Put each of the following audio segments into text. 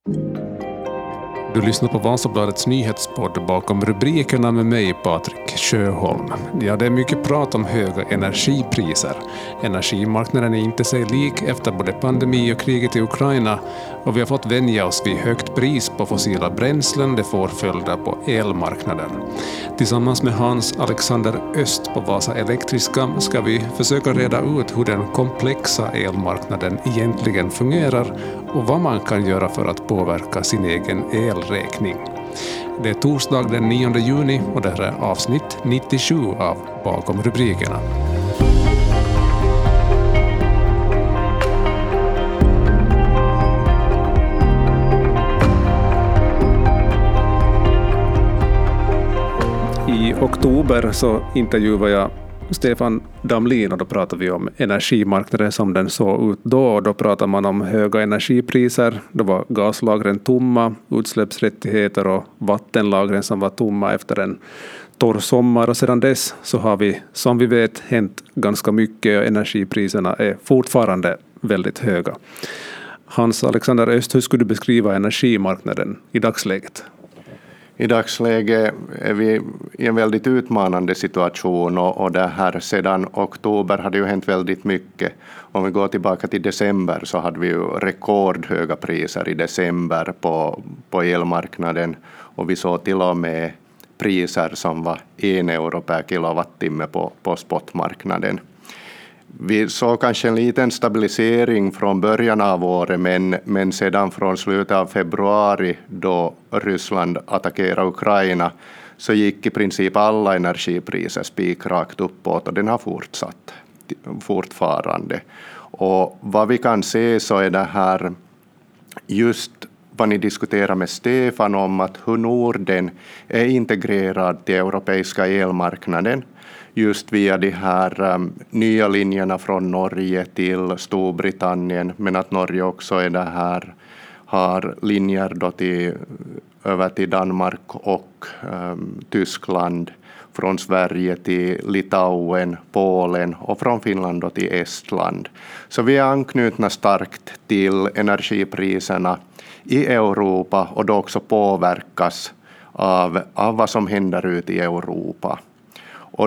Du lyssnar på Vasabladets nyhetspodd Bakom rubrikerna med mig, Patrik Sjöholm. Ja, det är mycket prat om höga energipriser. Energimarknaden är inte sig lik efter både pandemi och kriget i Ukraina, och vi har fått vänja oss vid högt pris på fossila bränslen. Det får följder på elmarknaden. Tillsammans med Hans Alexander Öst på Vasa Elektriska ska vi försöka reda ut hur den komplexa elmarknaden egentligen fungerar och vad man kan göra för att påverka sin egen elräkning. Det är torsdag den 9 juni och det här är avsnitt 97 av Bakom rubrikerna. I oktober så intervjuade jag Stefan Damlin och då pratade vi om energimarknaden som den såg ut då. Och då pratade man om höga energipriser. Då var gaslagren tomma, utsläppsrättigheter och vattenlagren som var tomma efter en torr sommar. Och sedan dess så har vi, som vi vet, hänt ganska mycket. Energipriserna är fortfarande väldigt höga. Hans Alexander Öst, hur skulle du beskriva energimarknaden i dagsläget? I dagsläget är vi i en väldigt utmanande situation och det här sedan oktober hade ju hänt väldigt mycket. Om vi går tillbaka till december så hade vi ju rekordhöga priser i december på elmarknaden och vi såg till och med priser som var 1 euro per kilowattimme på spotmarknaden. Vi såg kanske en liten stabilisering från början av året men sedan från slutet av februari då Ryssland attackerade Ukraina så gick i princip alla energipriser spikrakt uppåt och den har fortsatt fortfarande. Och vad vi kan se så är det här just vad ni diskuterar med Stefan om att hur Norden är integrerad till europeiska elmarknaden. Just via de här nya linjerna från Norge till Storbritannien, men att Norge också är det här, har linjer då över till Danmark och Tyskland, från Sverige till Litauen, Polen och från Finland då till Estland. Så vi är anknutna starkt till energipriserna i Europa och då också påverkas av vad som händer ute i Europa. Och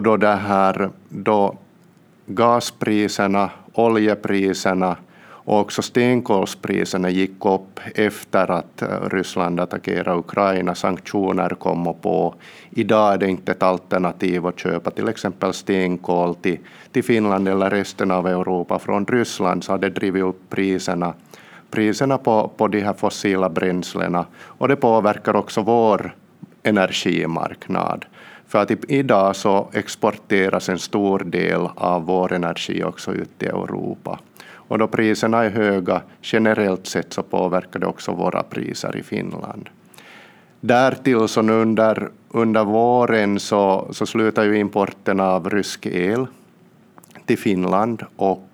då gaspriserna, oljepriserna och också stenkolspriserna gick upp efter att Ryssland attackerade Ukraina, sanktioner kom på. Idag är det inte ett alternativ att köpa till exempel stenkol till Finland eller resten av Europa från Ryssland, så har det drivit upp priserna på de här fossila bränslena och det påverkar också vår energimarknad. För att idag så exporteras en stor del av vår energi också ut till Europa. Och då priserna är höga generellt sett så påverkar det också våra priser i Finland. Därtill så under våren så slutar ju importen av rysk el till Finland och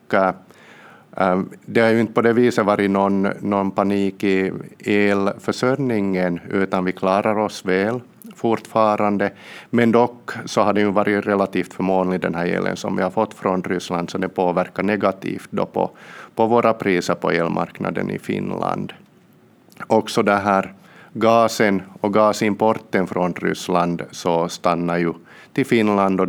det har ju inte på det viset varit någon panik i elförsörjningen utan vi klarar oss väl fortfarande, men dock så har det ju varit relativt förmånlig den här elen som vi har fått från Ryssland, så det påverkar negativt då på våra priser på elmarknaden i Finland. Också det här gasen och gasimporten från Ryssland så stannar ju till Finland och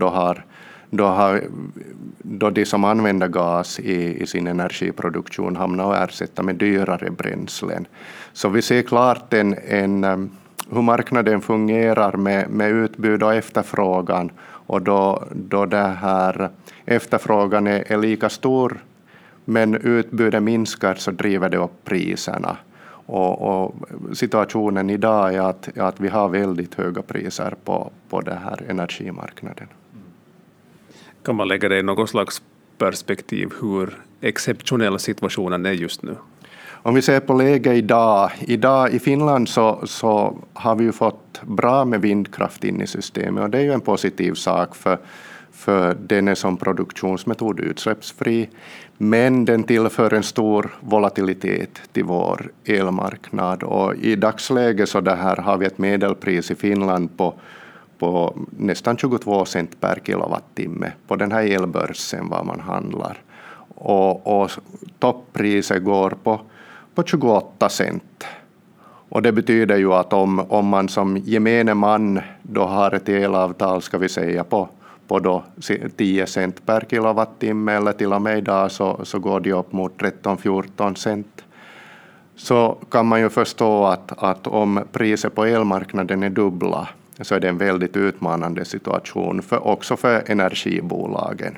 då de som använder gas i sin energiproduktion hamnar och ersätta med dyrare bränslen. Så vi ser klart hur marknaden fungerar med utbud och efterfrågan, och då det här efterfrågan är lika stor men utbudet minskar så driver det upp priserna. Och situationen idag är att vi har väldigt höga priser på den här energimarknaden. Kan man lägga det i något slags perspektiv hur exceptionell situationen är just nu? Om vi ser på läget idag i Finland så har vi ju fått bra med vindkraft in i systemet och det är ju en positiv sak för den är som produktionsmetod utsläppsfri, men den tillför en stor volatilitet till vår elmarknad och i dagsläget så har vi ett medelpris i Finland på nästan 22 cent per kilowattimme på den här elbörsen var man handlar. Och toppriset går på 28 cent. Och det betyder ju att om man som gemene man då har ett elavtal, ska vi säga på då 10 cent per kilowattimme, eller till och med idag så går det upp mot 13-14 cent, så kan man ju förstå att om priset på elmarknaden är dubbla, så är det en väldigt utmanande situation också för energibolagen.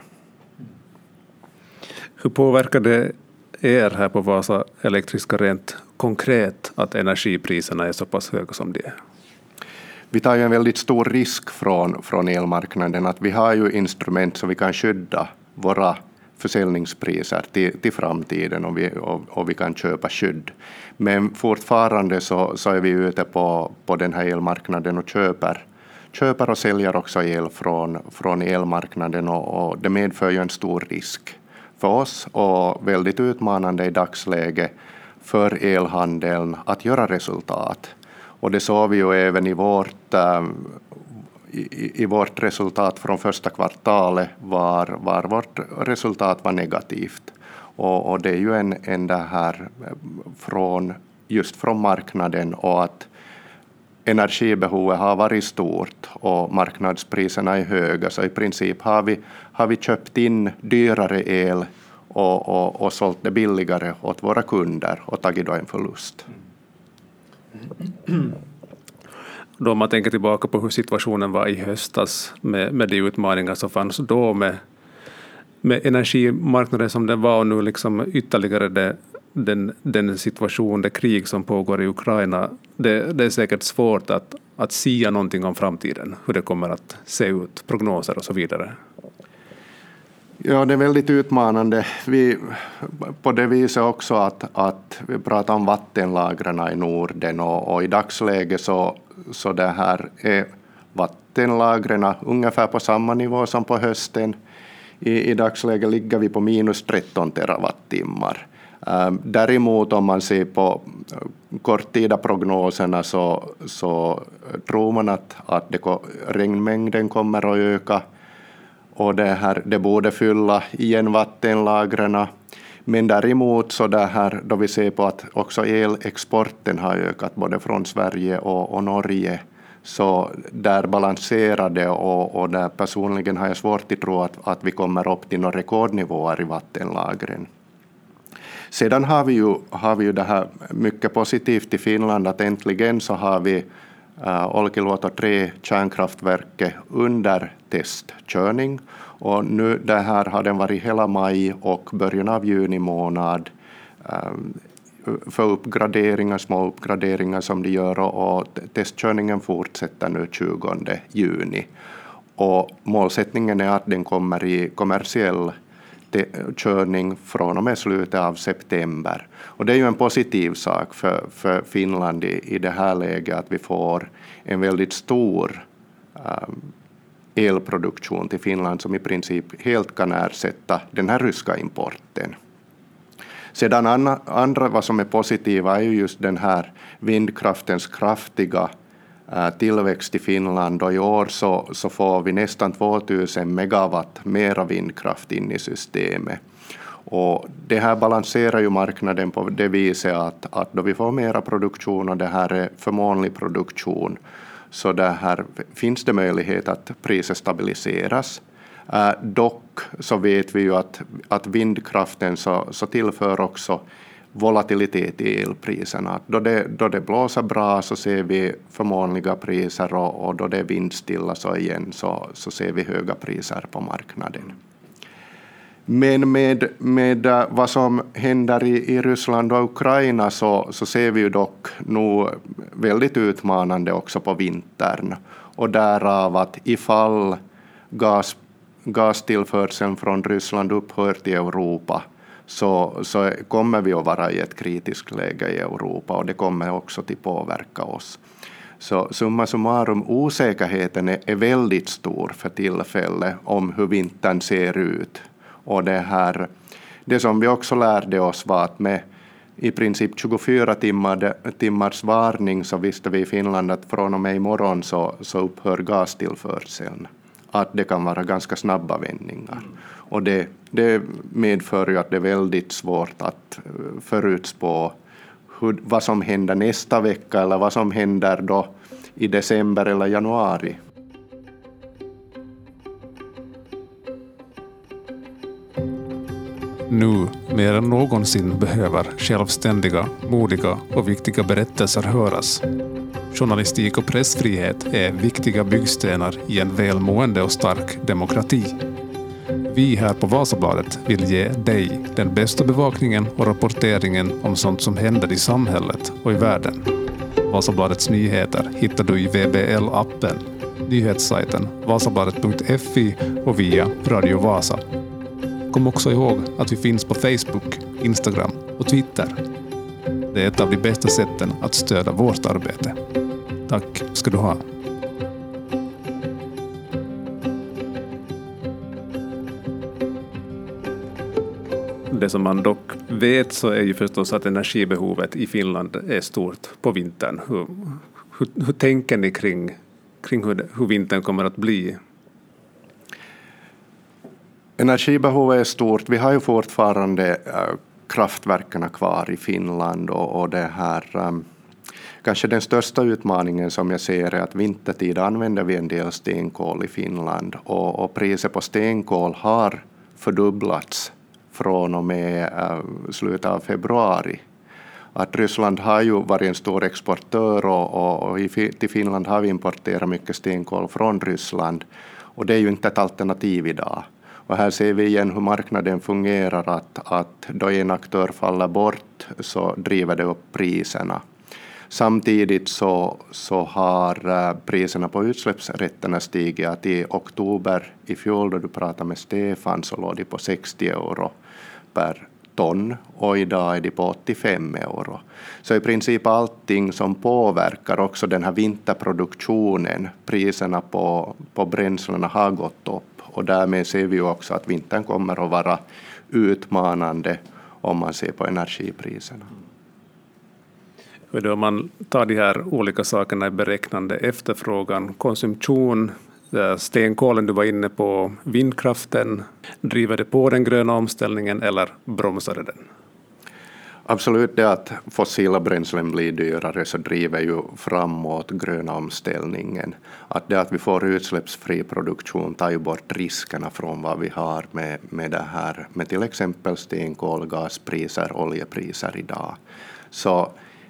Hur påverkar det er här på Vasa Elektriska rent konkret att energipriserna är så pass höga som de är? Vi tar ju en väldigt stor risk från elmarknaden, att vi har ju instrument så vi kan skydda våra försäljningspriser till framtiden, och vi kan köpa skydd. Men fortfarande så är vi ute på den här elmarknaden och köper och säljer också el från elmarknaden, och det medför ju en stor risk för oss och väldigt utmanande i dagsläget för elhandeln att göra resultat. Och det såg vi ju även i vårt resultat från första kvartalet var vårt resultat var negativt. Och det är ju en det här just från marknaden, och att energibehovet har varit stort och marknadspriserna är höga, så i princip har vi köpt in dyrare el och sålt det billigare åt våra kunder och tagit då en förlust. Då man tänker tillbaka på hur situationen var i höstas med de utmaningar som fanns då med energimarknaden som den var, och nu liksom ytterligare den situation, det krig som pågår i Ukraina, det är säkert svårt att sia någonting om framtiden, hur det kommer att se ut, prognoser och så vidare. Ja, det är väldigt utmanande. På det viset också att vi pratar om vattenlagren i Norden, och i dagsläget så det här är vattenlagren ungefär på samma nivå som på hösten. I dagsläget ligger vi på minus 13 terawattimmar. Däremot om man ser på korttida prognoserna så tror man att regnmängden kommer att öka, och det borde fylla igen vattenlagren. Men däremot så då vi ser på att också elexporten har ökat både från Sverige och Norge, så där balanserar det, och där personligen har jag svårt att tro att vi kommer upp till några rekordnivåer i vattenlagren. Sedan har vi ju det här mycket positivt i Finland, att äntligen så har vi Olkiluoto 3 kärnkraftverket under testkörning, och nu det här har den varit hela maj och början av juni månad för små uppgraderingar som de gör, och testkörningen fortsätter nu 20 juni, och målsättningen är att den kommer i kommersiell körning från och med slutet av september. Och det är ju en positiv sak för Finland i det här läget, att vi får en väldigt stor elproduktion till Finland som i princip helt kan ersätta den här ryska importen. Sedan andra vad som är positiva är ju just den här vindkraftens kraftiga tillväxt i Finland, och i år så får vi nästan 2000 megawatt mera vindkraft in i systemet. Och det här balanserar ju marknaden på det viset att då vi får mera produktion och det här är förmånlig produktion, så det här finns det möjlighet att priset stabiliseras. Dock så vet vi ju att vindkraften så tillför också volatilitet i elpriserna. Då det blåser bra så ser vi förmånliga priser, och då det är vindstilla så igen så ser vi höga priser på marknaden. Men med vad som händer i Ryssland och Ukraina så ser vi ju dock nog väldigt utmanande också på vintern, och därav att ifall gastillförseln från Ryssland upphör till Europa så kommer vi att vara i ett kritiskt läge i Europa, och det kommer också att påverka oss. Så summa summarum, osäkerheten är väldigt stor för tillfället om hur vintern ser ut. Och det som vi också lärde oss var att med i princip 24 timmars varning så visste vi i Finland att från och med imorgon så upphör gastillförseln. Att det kan vara ganska snabba vändningar. Och det medför ju att det är väldigt svårt att förutspå vad som händer nästa vecka eller vad som händer då i december eller januari. Nu mer än någonsin behöver självständiga, modiga och viktiga berättelser höras. Journalistik och pressfrihet är viktiga byggstenar i en välmående och stark demokrati. Vi här på Vasabladet vill ge dig den bästa bevakningen och rapporteringen om sånt som händer i samhället och i världen. Vasabladets nyheter hittar du i VBL-appen, nyhetssajten vasabladet.fi och via Radio Vasa. Kom också ihåg att vi finns på Facebook, Instagram och Twitter. Det är ett av de bästa sätten att stödja vårt arbete. Tack ska du ha. Det som man dock vet så är ju förstås att energibehovet i Finland är stort på vintern. Hur tänker ni kring hur vintern kommer att bli? Energibehovet är stort. Vi har ju fortfarande kraftverken kvar i Finland och det här kanske den största utmaningen som jag ser är att vintertid använder vi en del stenkol i Finland och priset på stenkol har fördubblats från och med slutet av februari. Att Ryssland har ju varit en stor exportör och till Finland har vi importerat mycket stenkol från Ryssland och det är ju inte ett alternativ idag. Och här ser vi igen hur marknaden fungerar, att då en aktör faller bort så driver det upp priserna. Samtidigt så har priserna på utsläppsrätterna stigit. Att i oktober i fjol då du pratade med Stefan så låg de på 60 euro per ton och idag är de på 85 euro. Så i princip allting som påverkar också den här vinterproduktionen, priserna på bränslena har gått upp. Och därmed ser vi också att vintern kommer att vara utmanande om man ser på energipriserna. Om man tar de här olika sakerna i beräknande, efterfrågan, konsumtion, stenkolen du var inne på, vindkraften, driver det på den gröna omställningen eller bromsar det den? Absolut, det att fossila bränslen blir dyrare så driver ju framåt gröna omställningen. Att det att vi får utsläppsfri produktion tar ju bort riskerna från vad vi har med det här, med till exempel stenkol, gaspriser, oljepriser idag. Så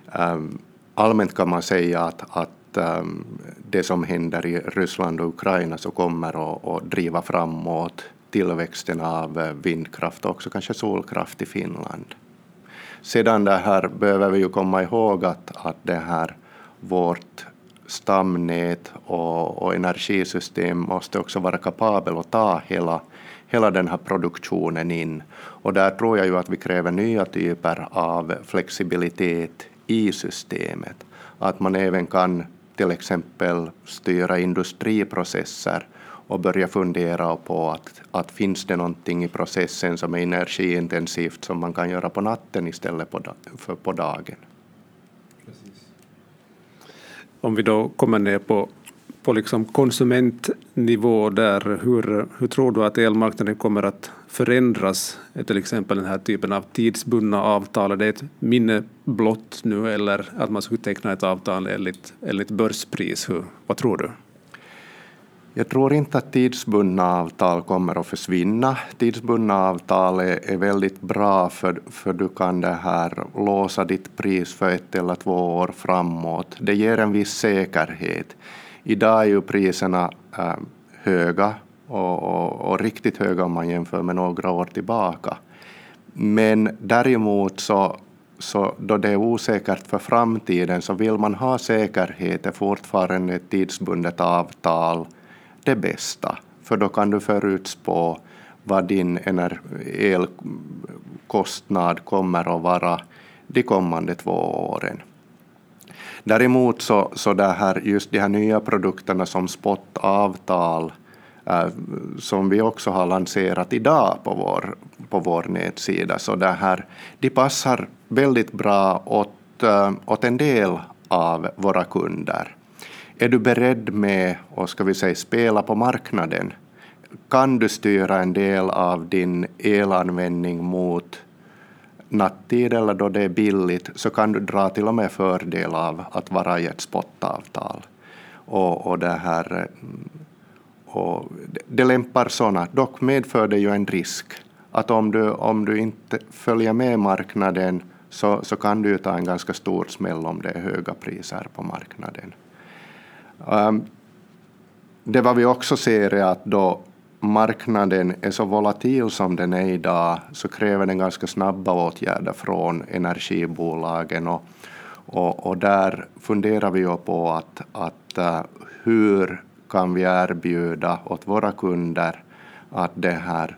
allmänt kan man säga att det som händer i Ryssland och Ukraina så kommer att driva framåt tillväxten av vindkraft och också kanske solkraft i Finland. Sedan det här behöver vi ju komma ihåg att det här vårt stamnät och energisystem måste också vara kapabel att ta hela den här produktionen in. Och där tror jag ju att vi kräver nya typer av flexibilitet i systemet. Att man även kan till exempel styra industriprocesser och börja fundera på att finns det någonting i processen som är energiintensivt som man kan göra på natten istället för på dagen. Precis. Om vi då kommer ner på liksom konsumentnivå där, hur tror du att elmarknaden kommer att förändras? Till exempel den här typen av tidsbundna avtal, är det ett minne blott nu eller att man skulle teckna ett avtal enligt börspris? Vad tror du? Jag tror inte att tidsbundna avtal kommer att försvinna. Tidsbundna avtal är väldigt bra för du kan det här låsa ditt pris för 1 eller 2 år framåt. Det ger en viss säkerhet. Idag är ju priserna höga och riktigt höga om man jämför med några år tillbaka. Men däremot så då det är osäkert för framtiden så vill man ha säkerhet är fortfarande ett tidsbundet avtal det bästa. För då kan du förutspå vad din elkostnad kommer att vara de kommande 2 åren. Däremot så just de här nya produkterna som spotavtal som vi också har lanserat idag på vår nätsida. Så de passar väldigt bra åt en del av våra kunder. Är du beredd med och ska vi säga spela på marknaden? Kan du styra en del av din elanvändning mot nattid eller då det är billigt, så kan du dra till och med fördel av att vara i ett spotavtal. Och det lämpar sådana. Dock medför det ju en risk att om du inte följer med marknaden så kan du ta en ganska stor smäll om det är höga priser på marknaden. Det vad vi också ser är att då marknaden är så volatil som den är idag, så kräver den ganska snabba åtgärder från energibolagen. Och där funderar vi ju på att hur kan vi erbjuda åt våra kunder att det här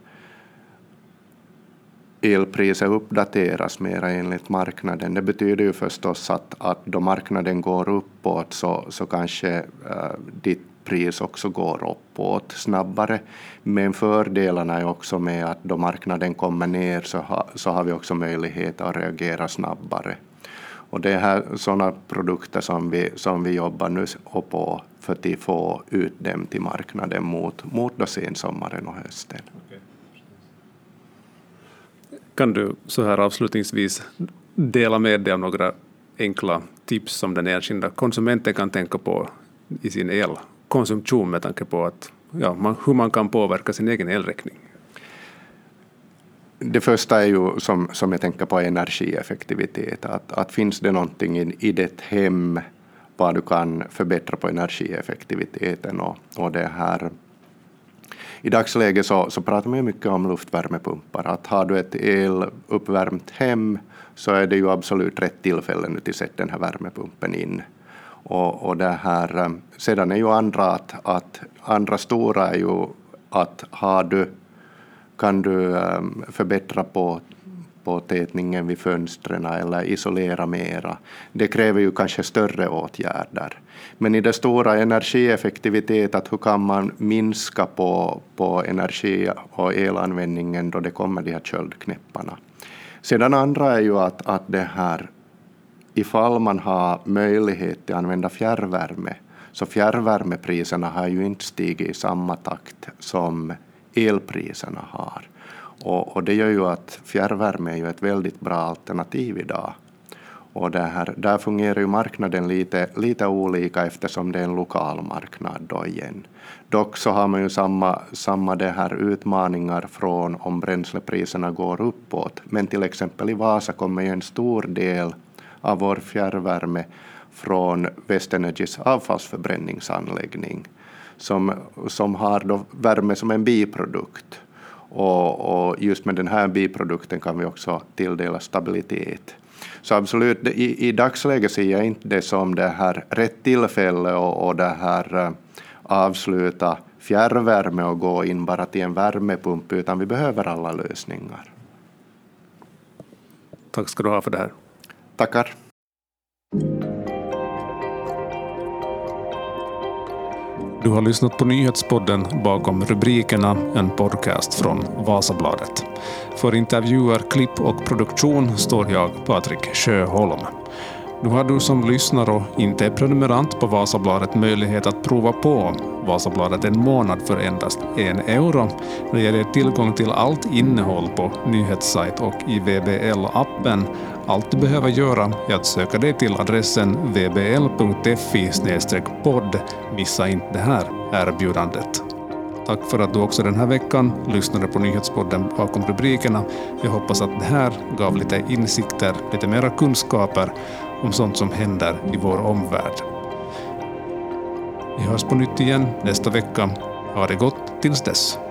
elpriset uppdateras mer enligt marknaden. Det betyder ju förstås att då marknaden går uppåt så kanske ditt pris också går uppåt snabbare. Men fördelarna är också med att då marknaden kommer ner så har vi också möjlighet att reagera snabbare. Och det är här sådana produkter som vi jobbar nu på för att få ut dem till marknaden mot då sensommaren och hösten. Okay. Kan du så här avslutningsvis dela med dig av några enkla tips som den enskilda konsumenten kan tänka på i sin elkonsumtion med tanke på att, hur man kan påverka sin egen elräkning? Det första är ju som jag tänker på energieffektivitet. Att finns det någonting i ditt hem vad du kan förbättra på energieffektiviteten och det här. I dagsläget så pratar man ju mycket om luftvärmepumpar. Att har du ett eluppvärmt hem så är det ju absolut rätt tillfälle nu till att sätta den här värmepumpen in. Och det här, sedan är ju andra stora är ju att kan du förbättra på tätningen vid fönstren eller isolera mera. Det kräver ju kanske större åtgärder. Men i det stora energieffektivitet, att hur kan man minska på energi- och elanvändningen då det kommer de här köldknäpparna. Sedan andra är ju att det här, ifall man har möjlighet att använda fjärrvärme, så fjärrvärmepriserna har ju inte stigit i samma takt som elpriserna har. Och det gör ju att fjärrvärme är ju ett väldigt bra alternativ idag. Och där fungerar ju marknaden lite olika eftersom det är en lokal marknad då igen. Dock så har man ju samma det här utmaningar från om bränslepriserna går uppåt. Men till exempel i Vasa kommer ju en stor del av vår fjärrvärme från Westenergys avfallsförbränningsanläggning som har då värme som en biprodukt. Och just med den här biprodukten kan vi också tilldela stabilitet. Så absolut, i dagsläget ser jag inte det som det här rätt tillfälle och det här avsluta fjärrvärme och gå in bara till en värmepump, utan vi behöver alla lösningar. Tack ska du ha för det här. Tackar. Du har lyssnat på nyhetspodden Bakom rubrikerna, en podcast från Vasabladet. För intervjuer, klipp och produktion står jag, Patrik Sjöholm. Nu har du som lyssnar och inte är prenumerant på Vasabladet möjlighet att prova på Vasabladet en månad för endast €1. Det ger dig tillgång till allt innehåll på nyhetssajt och i VBL-appen. Allt du behöver göra är att söka dig till adressen vbl.fi/podd. Missa inte det här erbjudandet. Tack för att du också den här veckan lyssnade på nyhetspodden Bakom rubrikerna. Jag hoppas att det här gav lite insikter, lite mera kunskaper om sånt som händer i vår omvärld. Vi hörs på nytt igen nästa vecka. Ha det gott tills dess.